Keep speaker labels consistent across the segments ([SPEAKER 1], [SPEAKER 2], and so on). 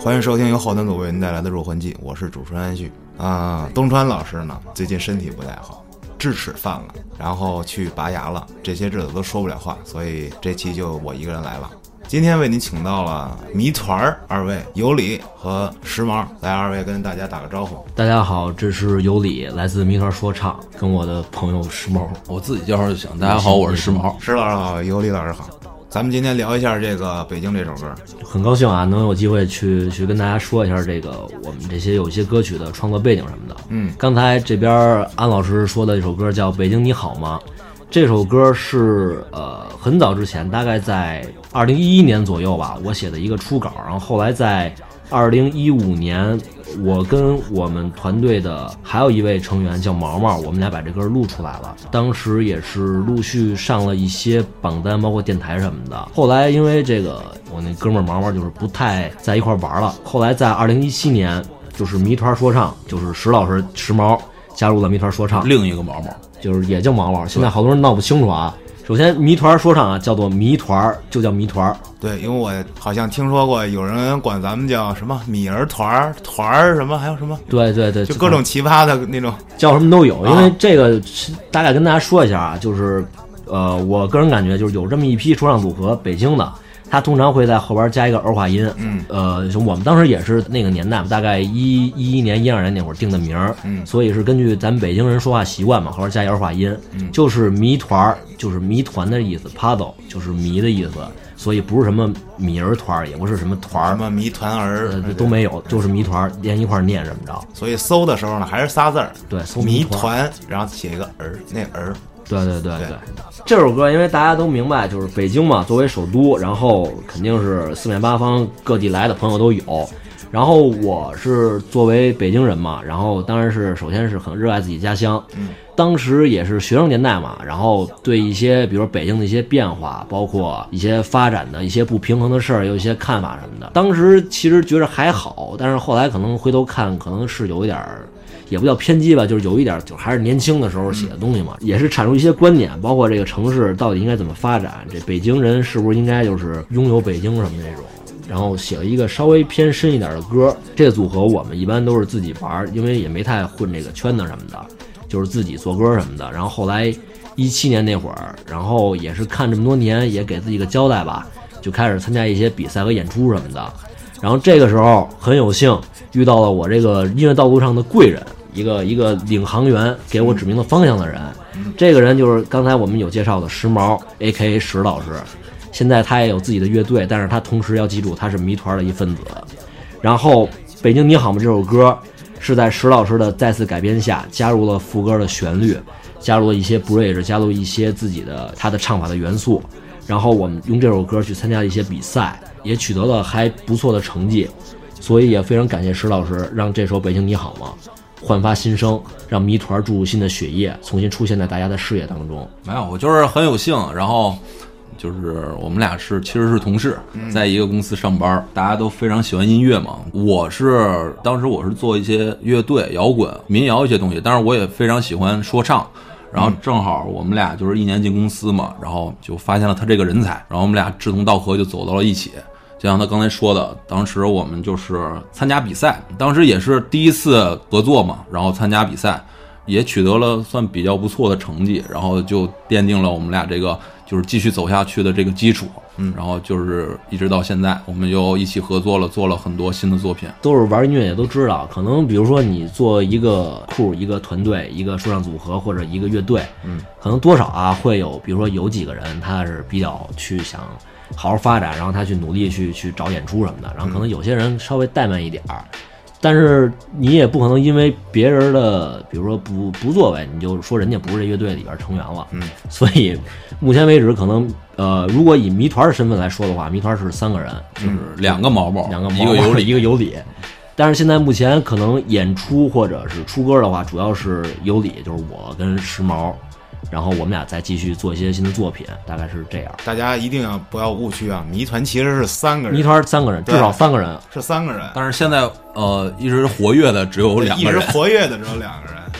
[SPEAKER 1] 欢迎收听由后端组为您带来的入魂记，我是主持人安旭东川老师呢最近身体不太好，智齿犯了，然后去拔牙了，这些日子都说不了话，所以这期就我一个人来了。今天为您请到了谜团二位有理和时髦，来二位跟大家打个招呼。
[SPEAKER 2] 大家好，这是有理，来自谜团说唱，跟我的朋友时髦，
[SPEAKER 3] 我自己叫上就行。大家好，我是时髦。
[SPEAKER 1] 石老师好，有理老师好。咱们今天聊一下这个北京这首歌，
[SPEAKER 2] 很高兴啊，能有机会去跟大家说一下这个我们这些有一些歌曲的创作背景什么的。刚才这边安老师说的一首歌叫《北京你好吗》，这首歌是很早之前，大概在2011年左右吧，我写的一个初稿，然后后来在2015年，我跟我们团队的还有一位成员叫毛毛，我们俩把这歌录出来了。当时也是陆续上了一些榜单，包括电台什么的。后来因为这个，我那哥们儿毛毛就是不太在一块玩了。后来在2017年，就是谜团说唱，就是石老师时髦加入了谜团说唱，
[SPEAKER 3] 另一个毛毛
[SPEAKER 2] 就是也叫毛毛。现在好多人闹不清楚啊。首先谜团说唱啊，叫做谜团，就叫谜团。
[SPEAKER 1] 对，因为我好像听说过有人管咱们叫什么米儿团什么，还有什么，
[SPEAKER 2] 对，
[SPEAKER 1] 就各种奇葩的那种，
[SPEAKER 2] 叫什么都有。因为这个大概跟大家说一下啊，就是我个人感觉就是有这么一批说唱组合，北京的，他通常会在后边加一个儿化音。我们当时也是那个年代，大概11年、12年那会儿定的名儿，所以是根据咱们北京人说话习惯嘛，后边加一儿化音，就是谜团，就是谜团的意思 ，puzzle 就是谜的意思。所以不是什么米儿团，也不是什么团，
[SPEAKER 1] 什么谜团儿
[SPEAKER 2] 都没有，就是谜团连一块念这么着。
[SPEAKER 1] 所以搜的时候呢，还是仨字儿，
[SPEAKER 2] 对，搜
[SPEAKER 1] 谜团，然后写一个儿，那儿。
[SPEAKER 2] 对。这首歌因为大家都明白，就是北京嘛，作为首都，然后肯定是四面八方各地来的朋友都有。然后我是作为北京人嘛，然后当然是首先是很热爱自己家乡。当时也是学生年代嘛，然后对一些比如北京的一些变化，包括一些发展的一些不平衡的事儿，有一些看法什么的。当时其实觉得还好，但是后来可能回头看，可能是有一点也不叫偏激吧，就是有一点，就还是年轻的时候写的东西嘛，也是阐述一些观点，包括这个城市到底应该怎么发展，这北京人是不是应该就是拥有北京什么那种。然后写了一个稍微偏深一点的歌。这个组合我们一般都是自己玩，因为也没太混这个圈子什么的，就是自己做歌什么的。然后后来17年那会儿，然后也是看这么多年，也给自己个交代吧，就开始参加一些比赛和演出什么的。然后这个时候很有幸遇到了我这个音乐道路上的贵人，一个领航员，给我指明了方向的人。这个人就是刚才我们有介绍的时髦 AKA 石老师。现在他也有自己的乐队，但是他同时要记住他是谜团的一份子。然后《北京你好吗》这首歌是在石老师的再次改编下，加入了副歌的旋律，加入了一些 bridge， 加入一些自己的他的唱法的元素。然后我们用这首歌去参加了一些比赛，也取得了还不错的成绩。所以也非常感谢石老师，让这首《北京你好吗》焕发新生，让谜团注入新的血液，重新出现在大家的视野当中。
[SPEAKER 3] 没有，我就是很有幸，然后就是我们俩其实是同事，在一个公司上班，大家都非常喜欢音乐嘛。当时我是做一些乐队、摇滚、民谣一些东西，但是我也非常喜欢说唱。然后正好我们俩就是1年进公司嘛，然后就发现了他这个人才，然后我们俩志同道合，就走到了一起。就像他刚才说的，当时我们就是参加比赛，当时也是第一次合作嘛，然后参加比赛也取得了算比较不错的成绩，然后就奠定了我们俩这个就是继续走下去的这个基础。然后就是一直到现在，我们又一起合作了，做了很多新的作品。
[SPEAKER 2] 都是玩音乐也都知道，可能比如说你做一个库、一个团队、一个说唱组合或者一个乐队，可能多少啊会有，比如说有几个人他是比较去想好好发展，然后他去努力去找演出什么的，然后可能有些人稍微怠慢一点但是你也不可能因为别人的比如说不作为，你就说人家不是这乐队里边成员了。所以目前为止可能如果以谜团的身份来说的话，谜团是3个人，
[SPEAKER 3] 就是2个毛毛，
[SPEAKER 2] 一个有理，一个有理。但是现在目前可能演出或者是出歌的话，主要是有理，就是我跟时髦。然后我们俩再继续做一些新的作品，大概是这样。
[SPEAKER 1] 大家一定不要误区啊！谜团其实是3个人，
[SPEAKER 2] 谜团3个人，至少3个人，
[SPEAKER 1] 是3个人。
[SPEAKER 3] 但是现在一直活跃的只有2个人，
[SPEAKER 1] 一直活跃的只有2个人。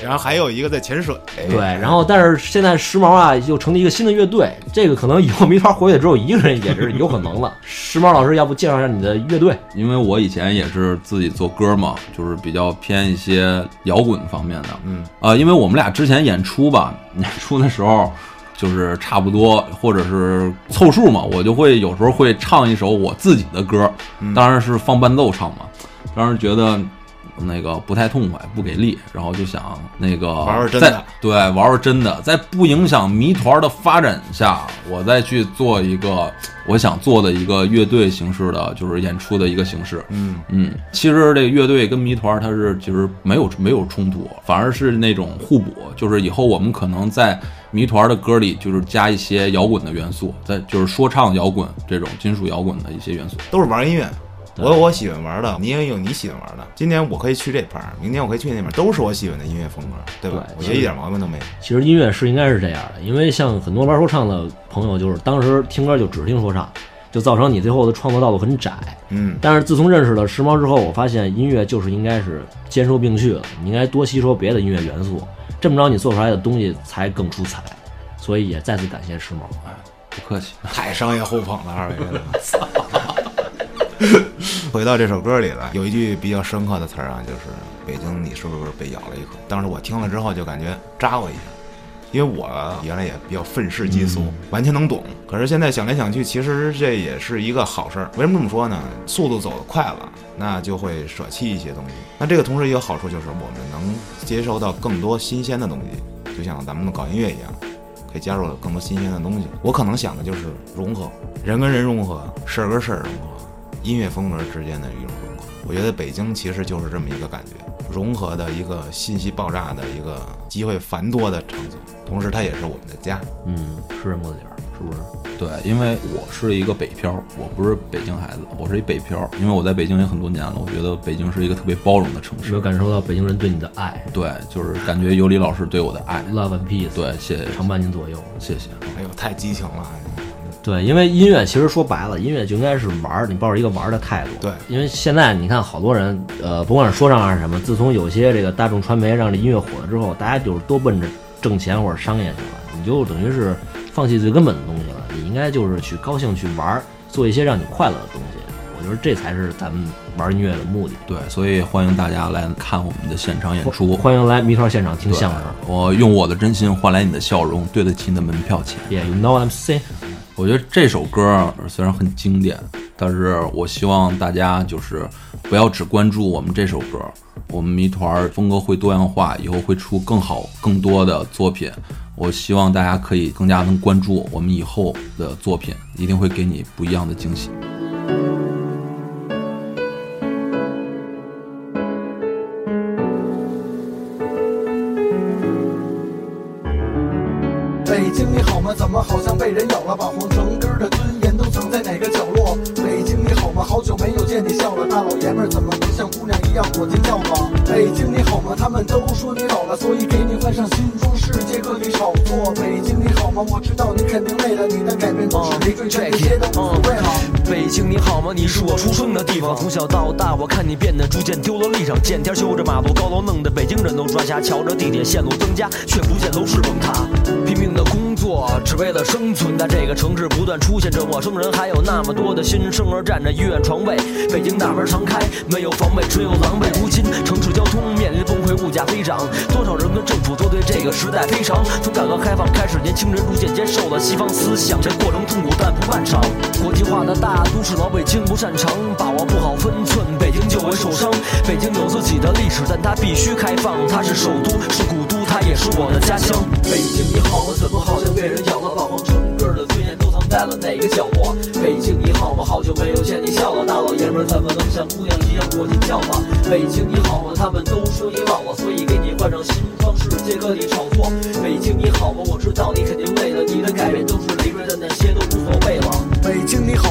[SPEAKER 1] 然后还有一个在潜水。
[SPEAKER 2] 对，然后但是现在时髦啊又成立一个新的乐队，这个可能以后谜团活跃只有一个人也是有可能了。时髦老师，要不介绍一下你的乐队？
[SPEAKER 3] 因为我以前也是自己做歌嘛，就是比较偏一些摇滚方面的。因为我们俩之前演出的时候就是差不多或者是凑数嘛，我就会有时候会唱一首我自己的歌，当然是放伴奏唱嘛。当时觉得那个不太痛快，不给力，然后就想那个
[SPEAKER 1] 玩玩真的，
[SPEAKER 3] 对，玩玩真的，在不影响谜团的发展下，我再去做一个我想做的一个乐队形式的，就是演出的一个形式。其实这个乐队跟谜团它是其实没有冲突，反而是那种互补，就是以后我们可能在谜团的歌里就是加一些摇滚的元素，在就是说唱摇滚这种金属摇滚的一些元素，
[SPEAKER 1] 都是玩音乐。我有我喜欢玩的，你也有你喜欢玩的。今年我可以去这盘，明年我可以去那边，都是我喜欢的音乐风格，对吧？我觉得一点毛病都没有。
[SPEAKER 2] 其实音乐是应该是这样的，因为像很多玩说唱的朋友，就是当时听歌就只听说唱，就造成你最后的创作道路很窄。但是自从认识了时髦之后，我发现音乐就是应该是兼收并蓄的，你应该多吸收别的音乐元素，这么着你做出来的东西才更出彩。所以也再次感谢时髦。
[SPEAKER 3] 不客气，
[SPEAKER 1] 太商业互捧了，二位。回到这首歌里了，有一句比较深刻的词啊，就是北京你是不是被咬了一口？当时我听了之后就感觉扎我一下，因为我原来也比较愤世嫉俗，完全能懂。可是现在想来想去，其实这也是一个好事儿。为什么这么说呢？速度走得快了，那就会舍弃一些东西。那这个同时也有好处，就是我们能接收到更多新鲜的东西，就像咱们搞音乐一样，可以加入更多新鲜的东西。我可能想的就是融合，人跟人融合，事儿跟事儿融合，音乐风格之间的一种融合。我觉得北京其实就是这么一个感觉，融合的一个信息爆炸的一个机会繁多的场所，同时它也是我们的家。
[SPEAKER 2] 是这么个点儿，是不是？
[SPEAKER 3] 对，因为我是一个北漂，我不是北京孩子，我是一北漂。因为我在北京也很多年了，我觉得北京是一个特别包容的城市。
[SPEAKER 2] 有没有感受到北京人对你的爱？
[SPEAKER 3] 对，就是感觉尤里老师对我的爱
[SPEAKER 2] ，Love and Peace。
[SPEAKER 3] 对，谢谢，
[SPEAKER 2] 常伴您左右，
[SPEAKER 3] 谢谢。
[SPEAKER 1] 哎呦，太激情了。
[SPEAKER 2] 对，因为音乐其实说白了，音乐就应该是玩，你抱着一个玩的态度。
[SPEAKER 1] 对，
[SPEAKER 2] 因为现在你看好多人，不管是说唱还是什么，自从有些这个大众传媒让这音乐火了之后，大家就是都奔着挣钱或者商业去了，你就等于是放弃最根本的东西了。你应该就是去高兴去玩，做一些让你快乐的东西。我觉得这才是咱们玩音乐的目的。
[SPEAKER 3] 对，所以欢迎大家来看我们的现场演出，
[SPEAKER 2] 欢迎来谜团现场听相声。
[SPEAKER 3] 我用我的真心换来你的笑容，对得起你的门票钱。
[SPEAKER 2] Yeah, you know what I'm saying.
[SPEAKER 3] 我觉得这首歌虽然很经典，但是我希望大家就是不要只关注我们这首歌，我们谜团风格会多样化，以后会出更好更多的作品。我希望大家可以更加能关注我们以后的作品，一定会给你不一样的惊喜。
[SPEAKER 4] 北京你好吗？怎么好像被人咬了？把皇城根的尊严都藏在哪个角落？北京你好吗？好久没有见你笑了，大老爷们儿怎么不像姑娘一样裹进轿子？北京你好吗？他们都说你老了，所以给你换上新装，世界各地炒作。北京你好吗？我知道你肯定累了，你的改变都是离对这些都无所谓了。
[SPEAKER 5] 北京你好吗？你是我出生的地方，从小到大我看你变得逐渐丢了立场，见天修着马路，高楼弄得北京人都抓瞎，瞧着地铁线路增加，却不见楼市崩塌，拼命的工作只为了生存，在这个城市不断出现着陌生人，还有那么多的新生儿占着医院床位。北京大门常开，没有防备，只有狼狈。如今城市交通面临崩溃，物价飞涨，多少人跟政府都对这个时代非常。从改革开放开始，年轻人逐渐接受了西方思想，这过程痛苦但不漫长。国际化的大都市，老北京不擅长把握不好分寸，北京就会受伤。北京有自己的历史，但它必须开放，它是首都，是古都，它也是我的家乡。北京你好吗？怎么好像被人咬了？把皇城根的尊严都藏在了哪个角落？北京你好吗？好久没有见你笑了，大老爷们儿怎么能像姑娘一样裹进轿子？北京你好吗？他们都说你老了，所以给你换上新装，世界各地炒作。北京你好吗？我知道你肯定累了，你的改变都是离瑞的，那些都无所谓了。
[SPEAKER 4] 北京你好吗？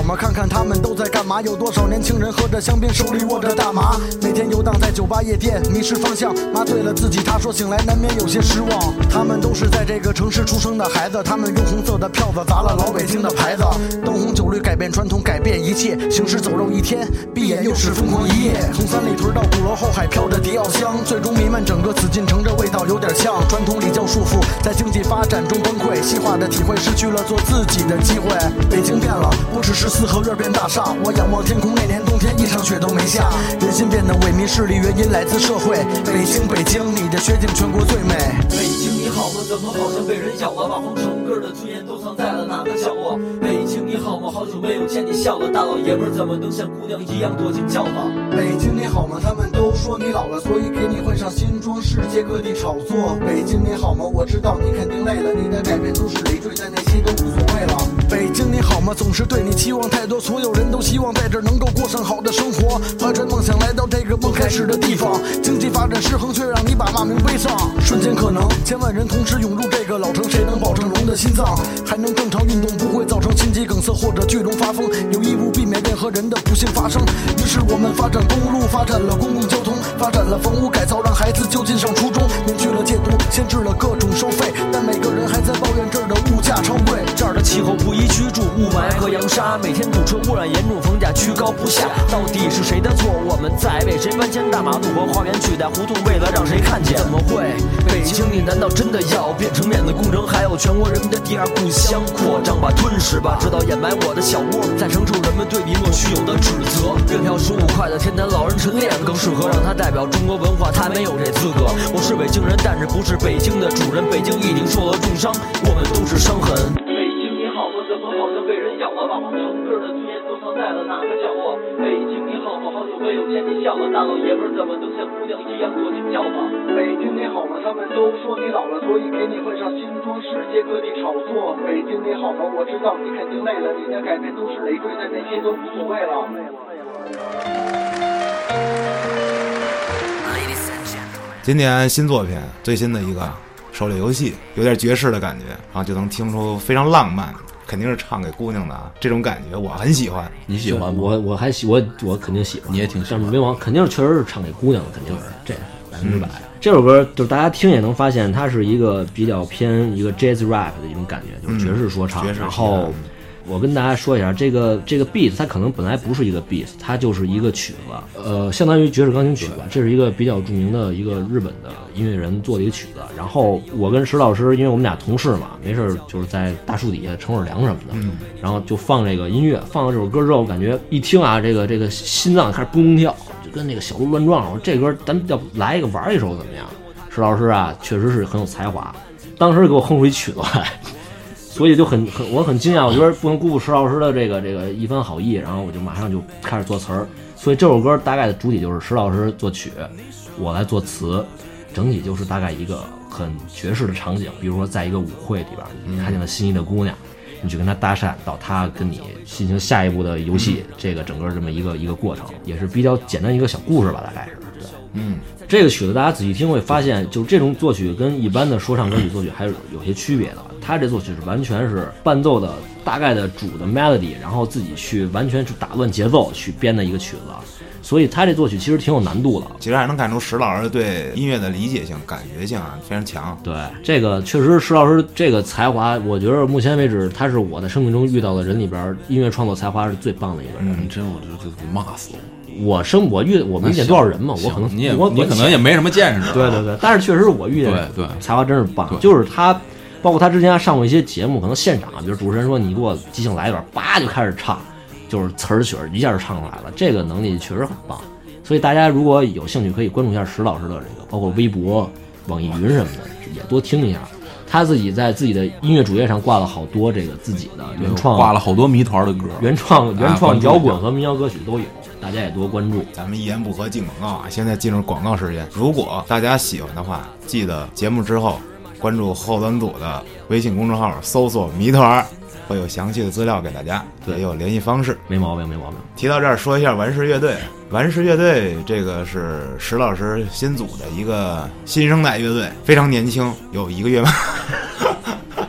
[SPEAKER 4] 么？看看他们都在干嘛？有多少年轻人喝着香槟，手里握着大麻，每天游荡在酒吧夜店，迷失方向，麻醉了自己。他说醒来难免有些失望。他们都是在这个城市出生的孩子，他们用红色的票子砸了老北京的牌子，灯红酒绿改变传统，改变一切，行尸走肉一天，闭眼又是疯狂一夜。从三里屯到鼓楼后海飘着迪奥香，最终弥漫整个紫禁城，这味道有点像传统礼教束缚，在经济发展中崩溃，西化的体会失去了做自己的机会。北京变了，不只是四合院变大厦，我仰望天空，那年冬天一场雪都没下，人心变得萎靡，势力原因来自社会。北京北京，你的雪景全国最美。
[SPEAKER 5] 北京你好吗？怎么好像被人咬了？把皇城根的尊严都藏在了哪个角落？北京你好吗？好久没有见你笑了，大老爷们怎么能像姑娘一样躲进教坊？
[SPEAKER 4] 北京你好吗？他们都说你老了，所以给你换上新装，世界各地炒作。北京你好吗？我知道你肯定累了，你的改变都是累赘，但那些都无所谓了。北京你好吗？总是对你期望太多，所有人都希望在这儿能够过上好的生活，怀着梦想来到这个梦开始的地方，经济发展失衡却让你把骂名背上，瞬间可能千万人同时涌入这个老城，谁能保证龙的心脏还能正常运动，不会造成心肌梗塞或者巨龙发疯，有义务避免任何人的不幸发生。于是我们发展公路，发展了公共交通，发展了房屋改造，让孩子就近上初中，免去了戒毒，限制了各种收费，但每个人还在抱怨这儿的物价超贵。
[SPEAKER 5] 这儿的气候不宜居住，雾霾和扬沙，每天堵车污染严重，房价居高不下，到底是谁的错？我们在为谁搬迁？大马路和花园取代胡同，为了让谁看见？怎么会？北京你难道真的要变成面子工程，还有全国人民的第二故乡？扩张吧，吞噬吧，直到掩埋我的小窝，再承受人们对你莫须有的指责。月票15块的天坛老人晨练，更适合让他代表中国文化，他没有这资格。我是北京人，但是不是北京的主人，北京已经受了重伤，我们都是伤痕。北京你好吗？怎么好像被人咬了？把皇城根的尊严都藏在了哪个角落？北京你好吗？好久没有见你笑了，大老爷们怎么能像姑娘一样躲进教坊？
[SPEAKER 4] 北京你好吗？他们都说你老了，所以给你换上新装，世界各地炒作。北京你好吗？我知道你肯定累了，你的改变都是累赘，但那些都无所谓了。
[SPEAKER 1] 今年新作品最新的一个狩猎游戏，有点爵士的感觉，然后就能听出非常浪漫，肯定是唱给姑娘的这种感觉，我很喜欢。
[SPEAKER 3] 你喜欢吗？
[SPEAKER 2] 我还我肯定喜欢，
[SPEAKER 3] 你也挺喜欢。
[SPEAKER 2] 但是没往，肯定确实是唱给姑娘的，肯定是这100%。这首歌就是大家听也能发现，它是一个比较偏一个 jazz rap 的一种感觉，就是爵士说唱。然后我跟大家说一下，这个 beat 它可能本来不是一个 beat， 它就是一个曲子，相当于爵士钢琴曲吧。这是一个比较著名的一个日本的音乐人做的一个曲子。然后我跟石老师，因为我们俩同事嘛，没事就是在大树底下乘会凉什么的，然后就放这个音乐，放了这首歌之后，感觉一听啊，这个心脏开始蹦蹦跳，就跟那个小鹿乱撞。我说这歌咱们要来一个玩一首怎么样？石老师啊，确实是很有才华，当时给我哼出一曲子来。所以就我很惊讶，我觉得不能辜负石老师的这个一番好意，然后我就马上就开始做词儿。所以这首歌大概的主体就是石老师作曲，我来作词，整体就是大概一个很爵士的场景，比如说在一个舞会里边，你看见了心仪的姑娘，你去跟她搭讪，到她跟你进行下一步的游戏，这个整个这么一个过程，也是比较简单一个小故事吧，大概是对。这个曲子大家仔细听会发现，就这种作曲跟一般的说唱歌曲作曲还是有些区别的。他这作曲是完全是伴奏的大概的主的 melody， 然后自己去完全去打乱节奏去编的一个曲子，所以他这作曲其实挺有难度的。
[SPEAKER 1] 其实还能看出石老师对音乐的理解性、感觉性啊非常强。
[SPEAKER 2] 对，这个确实石老师这个才华，我觉得目前为止他是我在生命中遇到的人里边音乐创作才华是最棒的一个人。
[SPEAKER 3] 真我就骂死
[SPEAKER 2] 我没见多少人嘛，我可能
[SPEAKER 3] 你可能也没什么见识。
[SPEAKER 2] 对，但是确实我遇见
[SPEAKER 3] 对
[SPEAKER 2] 才华真是棒，就是他。包括他之前上过一些节目，可能现场，比如主持人说你给我即兴来一段，叭就开始唱，就是词儿曲儿一下就唱出来了，这个能力确实很棒。所以大家如果有兴趣，可以关注一下石老师的这个，包括微博、网易云什么的，也多听一下。他自己在自己的音乐主页上挂了好多这个自己的原创，
[SPEAKER 3] 挂了好多谜团的歌，
[SPEAKER 2] 原创摇滚和民谣歌曲都有，大家也多关注。
[SPEAKER 1] 咱们一言不合进广告啊！现在进入广告时间，如果大家喜欢的话，记得节目之后关注后端组的微信公众号，搜索谜团，会有详细的资料给大家，也有联系方式。
[SPEAKER 2] 没毛病。
[SPEAKER 1] 提到这儿，说一下顽石乐队。顽石乐队这个是石老师新组的一个新生代乐队，非常年轻，有1个月吧。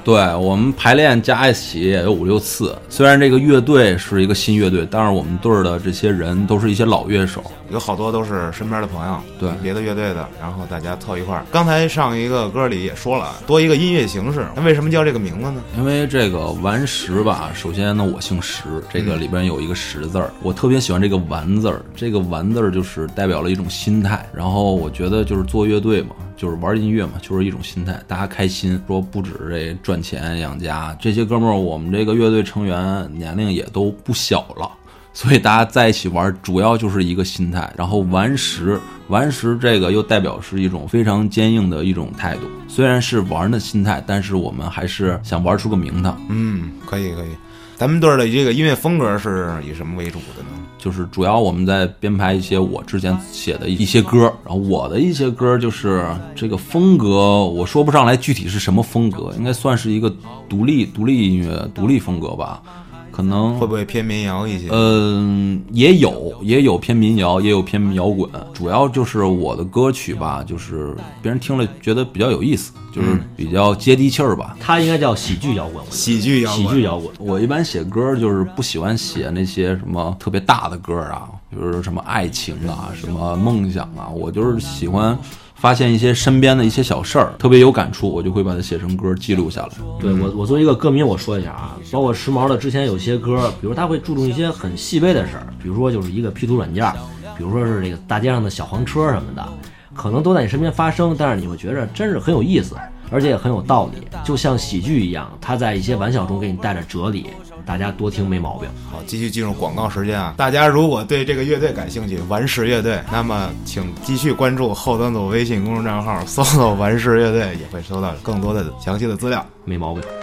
[SPEAKER 3] 对，我们排练加一起也有5、6次。虽然这个乐队是一个新乐队，但是我们队的这些人都是一些老乐手，
[SPEAKER 1] 有好多都是身边的朋友，
[SPEAKER 3] 对
[SPEAKER 1] 别的乐队的，然后大家凑一块儿。刚才上一个歌里也说了，多一个音乐形式，那为什么叫这个名字呢？
[SPEAKER 3] 因为这个顽石吧，首先呢，我姓石，这个里边有一个石字儿，我特别喜欢这个顽字儿，这个顽字儿就是代表了一种心态。然后我觉得就是做乐队嘛，就是玩音乐嘛，就是一种心态，大家开心，说不止这赚钱养家，这些哥们儿，我们这个乐队成员年龄也都不小了。所以大家在一起玩，主要就是一个心态。然后顽石这个又代表是一种非常坚硬的一种态度。虽然是玩的心态，但是我们还是想玩出个名堂。
[SPEAKER 1] 可以。咱们队的这个音乐风格是以什么为主的呢？
[SPEAKER 3] 就是主要我们在编排一些我之前写的一些歌，然后我的一些歌就是这个风格，我说不上来具体是什么风格，应该算是一个独立音乐、独立风格吧。可能
[SPEAKER 1] 会不会偏民谣一些？
[SPEAKER 3] 也有偏民谣，也有偏摇滚。主要就是我的歌曲吧，就是别人听了觉得比较有意思，就是比较接地气儿吧。
[SPEAKER 2] 它应该叫喜剧摇滚。
[SPEAKER 1] 喜剧摇滚。
[SPEAKER 3] 我一般写歌就是不喜欢写那些什么特别大的歌啊，比如什么爱情啊、什么梦想啊，我就是喜欢发现一些身边的一些小事儿，特别有感触，我就会把它写成歌记录下来。
[SPEAKER 2] 对，我作为一个歌迷，我说一下啊，包括时髦的之前有些歌，比如他会注重一些很细微的事儿，比如说就是一个 P 图软件，比如说是这个大街上的小黄车什么的，可能都在你身边发生，但是你会觉着真是很有意思，而且也很有道理，就像喜剧一样，它在一些玩笑中给你带着哲理，大家多听没毛病。
[SPEAKER 1] 好，继续进入广告时间啊！大家如果对这个乐队感兴趣，顽石乐队，那么请继续关注后端组微信公众账号，搜索顽石乐队，也会收到更多的详细的资料。
[SPEAKER 2] 没毛病。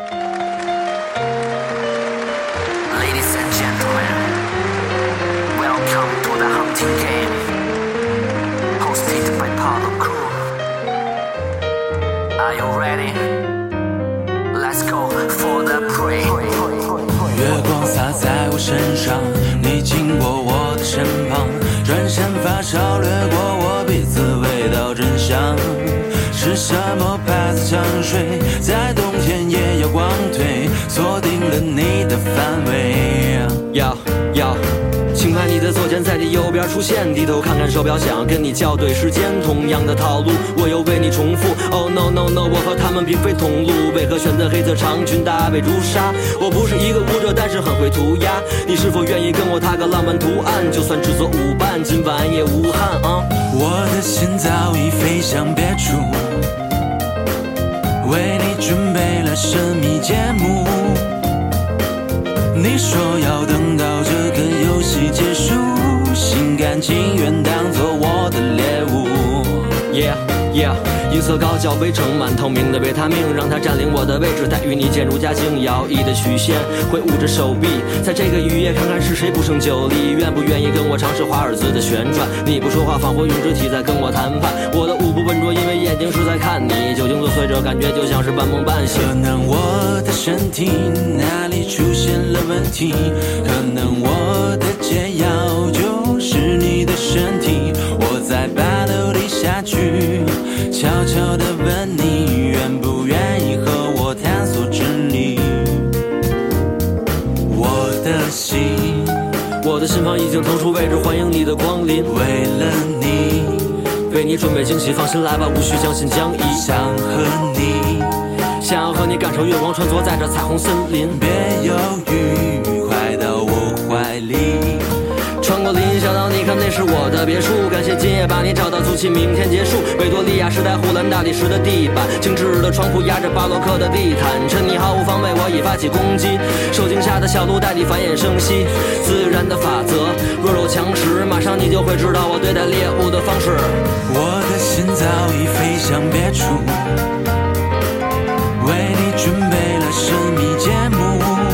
[SPEAKER 5] Ladies and gentlemen, welcome to the hunting game, hosted by Paulo Crew. Are you ready? Let's go for the prey.
[SPEAKER 6] 月光洒在我身上，你经过我的身旁，转身发梢掠过我鼻子，味道真香。是什么牌子香水，在冬天也有光腿，锁定了你的范围。
[SPEAKER 5] 要轻拍你的左肩，在你右边出现，低头看看手表，想跟你校对时间，同样的套路我又为你重复。Oh no no no， 我和他们并非同路，为何选择黑色长裙搭配朱砂？我不是一个舞者，但是很会涂鸦。你是否愿意跟我踏个浪漫图案？就算制作舞伴，今晚也无憾啊！
[SPEAKER 6] 我的心早已飞向别处，为你准备了神秘节目。你说要等到这个游戏结束，心甘情愿当作我的猎物。
[SPEAKER 5] 一侧高脚杯盛满透明的维他命，让它占领我的位置，待与你渐入佳境。摇曳的曲线挥舞着手臂，在这个雨夜看看是谁不胜酒力，愿不愿意跟我尝试华尔兹的旋转？你不说话，仿佛用肢体在跟我谈判。我的舞步笨拙，因为眼睛是在看你，酒精作祟着，感觉就像是半梦半醒。
[SPEAKER 6] 可能我的身体哪里出现了问题，可能我的解药就是你的身体。我在八楼里下去，悄悄地问你，愿不愿意和我探索真理？
[SPEAKER 5] 我的心房已经腾出位置，欢迎你的光临。
[SPEAKER 6] 为了你，
[SPEAKER 5] 为你准备惊喜，放心来吧，无需将信将疑。
[SPEAKER 6] 想和你，
[SPEAKER 5] 想要和你感受月光，穿梭在这彩虹森林。
[SPEAKER 6] 别犹豫，快到我怀里。
[SPEAKER 5] 穿过林小道，你看那是我的别墅。感谢今夜把你找到，租期明天结束。维多利亚时代呼兰大理石的地板，精致的床铺压着巴洛克的地毯。趁你毫无防备，我已发起攻击。受惊吓的小鹿带你繁衍生息，自然的法则，弱肉强食，马上你就会知道我对待猎物的方式。
[SPEAKER 6] 我的心早已飞向别处，为你准备了神秘节目。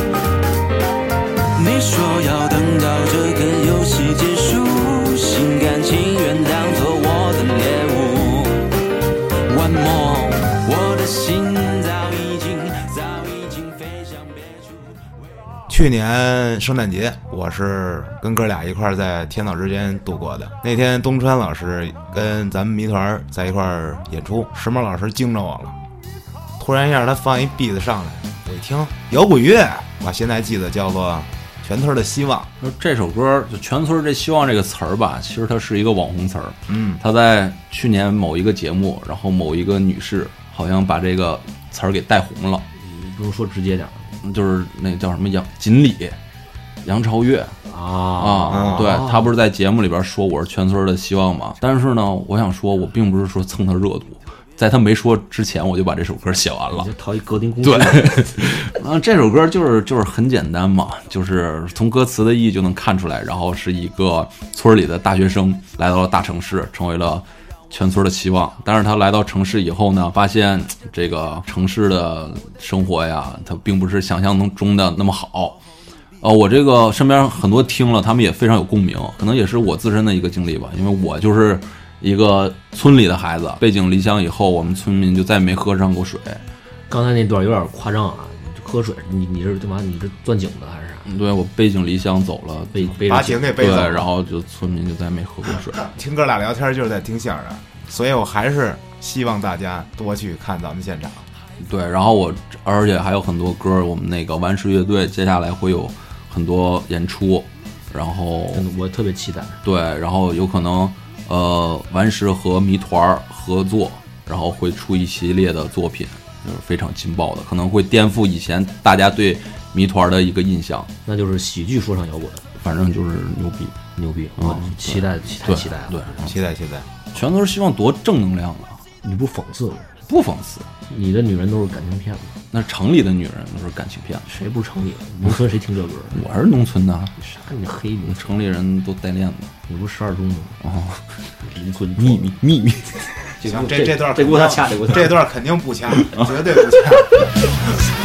[SPEAKER 6] 你说要等到这个游戏结束，心甘情愿当作我的猎物。One more， 我的心早已经飞向别处。
[SPEAKER 1] 去年圣诞节，我是跟哥俩一块在天草之间度过的。那天东川老师跟咱们迷团在一块演出，时髦老师惊着我了。 突然一下他放一 beat 上来，我一听摇滚乐，我现在记得叫做全村的希望。
[SPEAKER 3] 这首歌就全村这希望这个词儿吧，其实它是一个网红词儿。
[SPEAKER 1] 嗯，
[SPEAKER 3] 他在去年某一个节目，然后某一个女士好像把这个词儿给带红了。
[SPEAKER 2] 不用说直接点，
[SPEAKER 3] 就是那叫什么锦鲤杨超越对，他不是在节目里边说我是全村的希望吗？但是呢，我想说我并不是说蹭他热度，在他没说之前我就把这首歌写完了，
[SPEAKER 2] 就掏一格丁公式。
[SPEAKER 3] 对，这首歌就是很简单嘛，就是从歌词的意义就能看出来，然后是一个村里的大学生来到了大城市，成为了全村的希望。但是他来到城市以后呢，发现这个城市的生活呀，它并不是想象中的那么好。我这个身边很多听了，他们也非常有共鸣，可能也是我自身的一个经历吧，因为我就是一个村里的孩子，背井离乡以后，我们村民就再没喝上过水。
[SPEAKER 2] 刚才那段有点夸张啊，喝水，你是干嘛？你是钻井的还是啥？
[SPEAKER 3] 对，我背井离乡走了，
[SPEAKER 1] 把井给背走了，
[SPEAKER 3] 对，然后就村民就再没喝过水。
[SPEAKER 1] 听哥俩聊天就是在听相声，所以我还是希望大家多去看咱们现场。
[SPEAKER 3] 对，然后而且还有很多歌，我们那个顽石乐队接下来会有很多演出，然后
[SPEAKER 2] 我特别期待。
[SPEAKER 3] 对，然后有可能顽石和谜团合作，然后会出一系列的作品，就是非常劲爆的，可能会颠覆以前大家对谜团的一个印象。
[SPEAKER 2] 那就是喜剧说唱摇滚，
[SPEAKER 3] 反正就是牛逼
[SPEAKER 2] 我期待了。
[SPEAKER 3] 对，
[SPEAKER 1] 期待。
[SPEAKER 3] 全都是希望多正能量啊！
[SPEAKER 2] 你不讽刺吗？
[SPEAKER 3] 不讽刺，
[SPEAKER 2] 你的女人都是感情骗子。
[SPEAKER 3] 那城里的女人都是感情骗子，
[SPEAKER 2] 谁不是城里的？农村谁听这歌？
[SPEAKER 3] 我是农村的。
[SPEAKER 2] 啥？你黑你
[SPEAKER 3] 城里人都带链子。
[SPEAKER 2] 你不是12中的吗？
[SPEAKER 3] 哦，
[SPEAKER 2] 农村
[SPEAKER 3] 秘密。
[SPEAKER 1] 行，这段
[SPEAKER 2] 这给我他掐，
[SPEAKER 1] 这段肯定不掐，绝对不掐。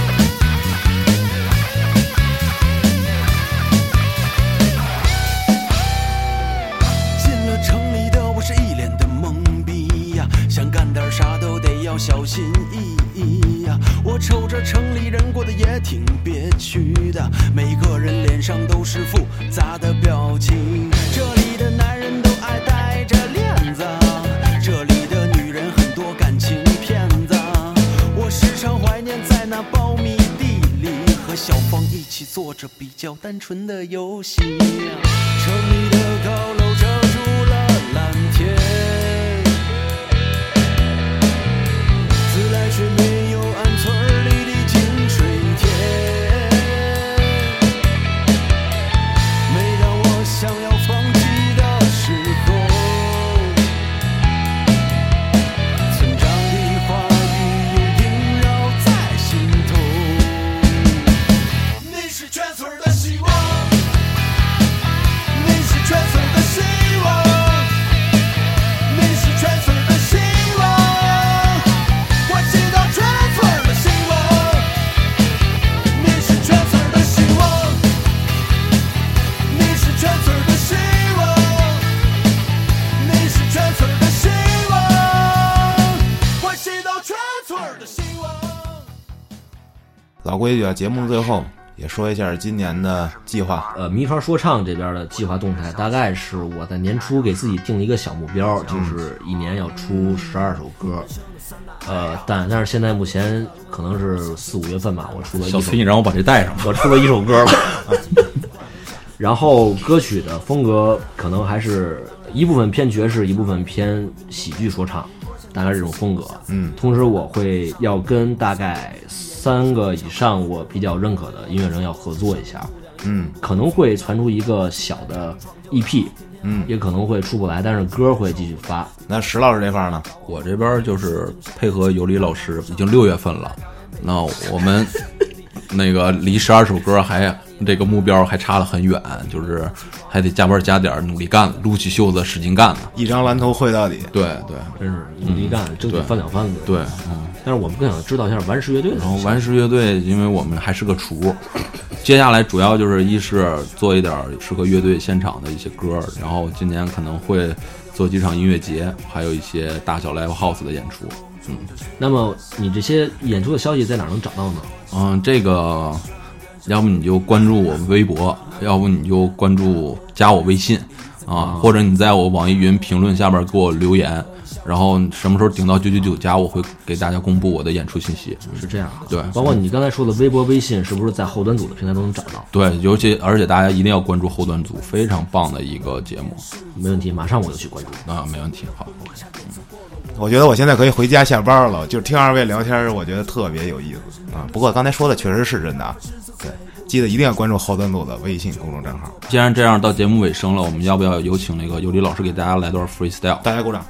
[SPEAKER 6] 想干点啥都得要小心翼翼呀，我瞅着城里人过得也挺憋屈的，每个人脸上都是复杂的表情。这里的男人都爱戴着链子，这里的女人很多感情骗子。我时常怀念在那苞米地里和小芳一起做着比较单纯的游戏呀。城里的高楼遮住了蓝天，却没有俺村里的清水田。每当我想要放弃的时候，村长的话语又萦绕在心头。你是全村的希望，你是全村的希望，你是全村的希望。
[SPEAKER 1] 老规矩啊，节目最后也说一下今年的计划。
[SPEAKER 2] 谜团说唱这边的计划动态，大概是我在年初给自己定了一个小目标，就是一年要出12首歌。但是现在目前可能是4、5月份吧，我出了一首。
[SPEAKER 3] 小崔，你让我把这带上吧。
[SPEAKER 2] 我出了一首歌了。然后歌曲的风格可能还是一部分偏爵士，一部分偏喜剧说唱，大概这种风格。同时我会要跟大概3个以上我比较认可的音乐人要合作一下，可能会传出一个小的 EP，也可能会出不来，但是歌会继续发。
[SPEAKER 1] 那石老师这块呢？
[SPEAKER 3] 我这边就是配合尤里老师，已经6月份了，那我们那个离12首歌还这个目标还差得很远，就是还得加班加点，努力干，撸起袖子使劲干呢。
[SPEAKER 1] 一张蓝头会到底。
[SPEAKER 3] 对，
[SPEAKER 2] 真是努力干，争取翻2番子。
[SPEAKER 3] 对，
[SPEAKER 2] 但是我们更想知道一下顽石乐队的。
[SPEAKER 3] 然后顽石乐队，因为我们还是个厨，接下来主要就是一是做一点适合乐队现场的一些歌，然后今年可能会做几场音乐节，还有一些大小 live house 的演出。
[SPEAKER 2] 那么你这些演出的消息在哪能找到呢？
[SPEAKER 3] 这个要不你就关注我微博，要不你就关注加我微信啊，或者你在我网易云评论下边给我留言， 然后什么时候顶到999加，我会给大家公布我的演出信息。
[SPEAKER 2] 是这样的，
[SPEAKER 3] 对，
[SPEAKER 2] 包括你刚才说的微博、微信，是不是在后端组的平台都能找到？
[SPEAKER 3] 对，而且大家一定要关注后端组，非常棒的一个节目。
[SPEAKER 2] 没问题，马上我就去关注。
[SPEAKER 3] 啊，没问题，好。
[SPEAKER 1] 我觉得我现在可以回家下班了，就听二位聊天，我觉得特别有意思啊。不过刚才说的确实是真的啊，对，记得一定要关注后端组的微信公众账号。
[SPEAKER 3] 既然这样，到节目尾声了，我们要不要有请那个尤里老师给大家来段 freestyle？
[SPEAKER 1] 大家鼓掌。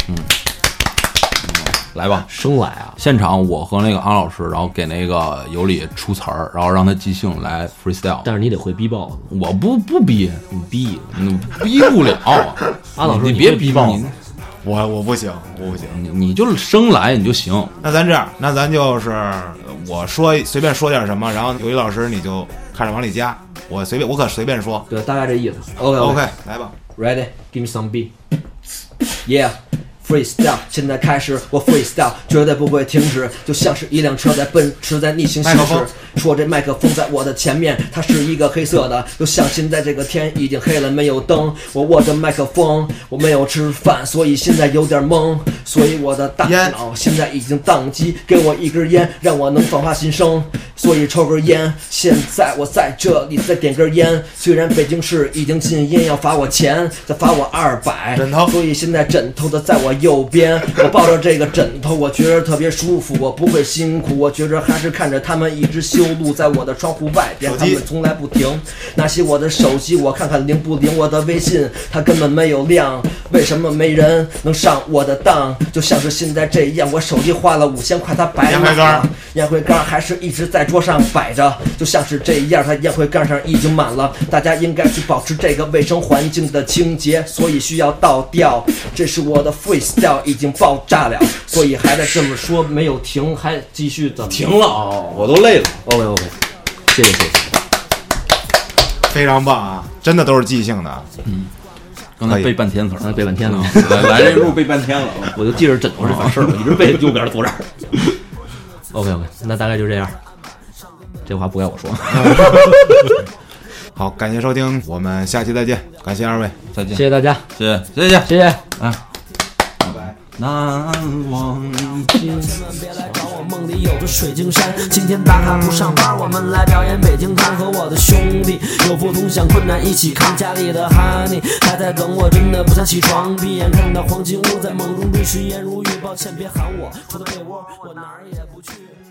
[SPEAKER 3] 来吧，
[SPEAKER 2] 生来啊！
[SPEAKER 3] 现场我和那个安老师，然后给那个尤里出词儿，然后让他即兴来 freestyle。
[SPEAKER 2] 但是你得会逼爆，
[SPEAKER 3] 我不逼，
[SPEAKER 2] 你逼，
[SPEAKER 3] 逼不了。
[SPEAKER 2] 安老师，
[SPEAKER 3] 你别逼爆。
[SPEAKER 1] 我不行，我不行，
[SPEAKER 3] 你就生来你就行。
[SPEAKER 1] 那咱这样，那咱就是我随便说点什么，然后尤里老师你就开始往里加，我可随便说。
[SPEAKER 2] 对，大概这意思。OK，
[SPEAKER 1] 来吧
[SPEAKER 2] ，Ready， Give me some beat，Yeah。freestyle， 现在开始，我 freestyle 绝对不会停止，就像是一辆车在奔驰在逆行行驶。说这麦克风在我的前面，它是一个黑色的，就像现在这个天已经黑了，没有灯。我握着麦克风，我没有吃饭，所以现在有点懵，所以我的大脑现在已经宕机。给我一根烟，让我能放发心声，所以抽根烟。现在我在这里再点根烟，虽然北京市已经禁烟，要罚我钱，再罚我200。
[SPEAKER 1] 枕头，
[SPEAKER 2] 所以现在枕头的在我右边，我抱着这个枕头，我觉得特别舒服，我不会辛苦，我觉着还是看着他们一直修路在我的窗户外边，他们从来不停。拿起我的手机，我看看灵不灵，我的微信它根本没有亮，为什么没人能上我的当？就像是现在这样，我手机花了5000块，它白买了，烟灰缸还是一直在桌上摆着，就像是这样，它烟灰缸上已经满了。大家应该去保持这个卫生环境的清洁，所以需要倒掉。这是我的 freestyle 已经爆炸了，所以还在这么说，没有停，还继续怎么
[SPEAKER 3] 停了？哦，我都累了。
[SPEAKER 2] OK， 谢谢。
[SPEAKER 1] 非常棒啊，真的都是即兴的。
[SPEAKER 3] 刚才背半天词儿，
[SPEAKER 2] 背半天了，
[SPEAKER 3] 来这路背半天了，
[SPEAKER 2] 我就记着枕头这反事儿，我一直背右边坐这儿。OK， 那大概就这样，这话不该我说。
[SPEAKER 1] 好，感谢收听，我们下期再见，感谢二位，
[SPEAKER 3] 再见，
[SPEAKER 2] 谢谢大家，
[SPEAKER 3] 谢谢，哎。难忘
[SPEAKER 5] 千万别来找我，梦里有个水晶山。今天打卡不上班，我们来表演北京摊。和我的兄弟有福同享困难，一起扛。家里的哈尼还在等我，真的不想起床。闭眼看到黄金屋，在梦中追寻颜如玉。抱歉别喊我，出了被窝我哪儿也不去。